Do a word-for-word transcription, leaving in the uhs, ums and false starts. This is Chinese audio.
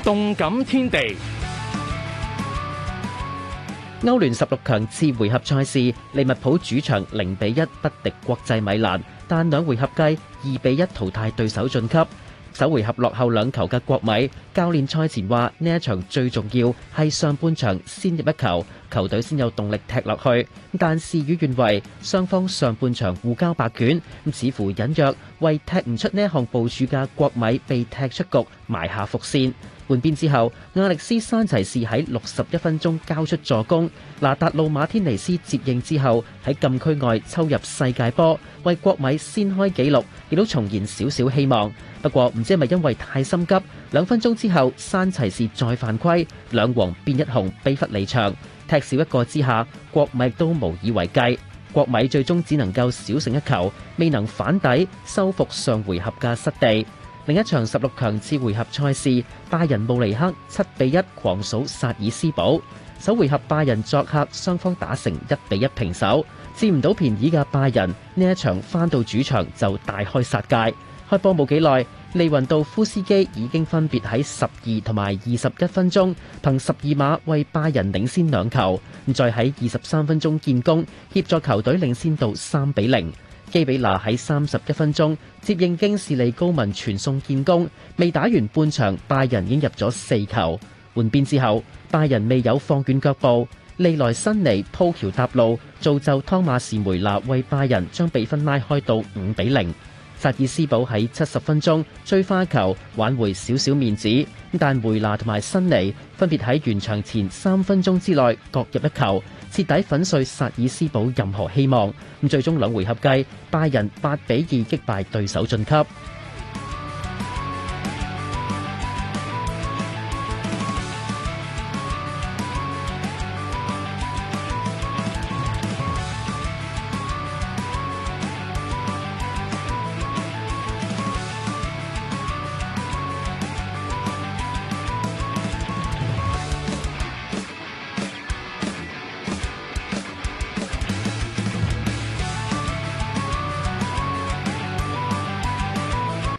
動感天地。 歐聯十六強次回合賽事，利物浦主場零比一不敵國際米蘭，但兩回合計二比一淘汰對手晉級。首回合落後兩球嘅國米教練賽前話：呢一場最重要係上半場先入一球，球隊先有動力踢落去。但事與願違，雙方上半場互交白卷，似乎隱約為踢唔出呢一項部署嘅國米被踢出局埋下伏線。換邊之後，亞歷斯山齊士喺六十一分鐘交出助攻，拿達路馬天尼斯接應之後喺禁區外抽入世界波，為國米先開紀錄，亦都重燃少少希望。不過唔知係咪因為太心急，兩分鐘之後山齊士再犯規，兩黃變一紅，被罰離場。踢少一個之下，國米都無以為繼。國米最終只能夠小勝一球，未能反底收復上回合嘅失地。另一場十六強次回合賽事，拜仁慕尼黑七比一狂掃薩爾斯堡。首回合拜仁作客，雙方打成一比一平手。佔唔到便宜嘅拜仁呢一場返到主場就大開殺戒。開波冇幾耐，利雲道夫斯基已經分別喺十二同埋二十一分鐘憑十二碼為拜仁領先兩球，再喺二十三分鐘建功，協助球隊領先到三比零。基比拿喺三十一分鐘接應京士利高文傳送建功，未打完半場，拜仁已經入咗四球。換邊之後，拜仁未有放軟腳步，利萊辛尼鋪橋搭路，造就湯馬士梅拿為拜仁將比分拉開到五比零。薩爾斯堡喺七十分鐘追花球挽回少少面子，但梅拿同埋辛尼分別喺完場前三分鐘之內各入一球，徹底粉碎薩爾斯堡任何希望。咁最終兩回合計，拜仁八比二擊敗對手晉級。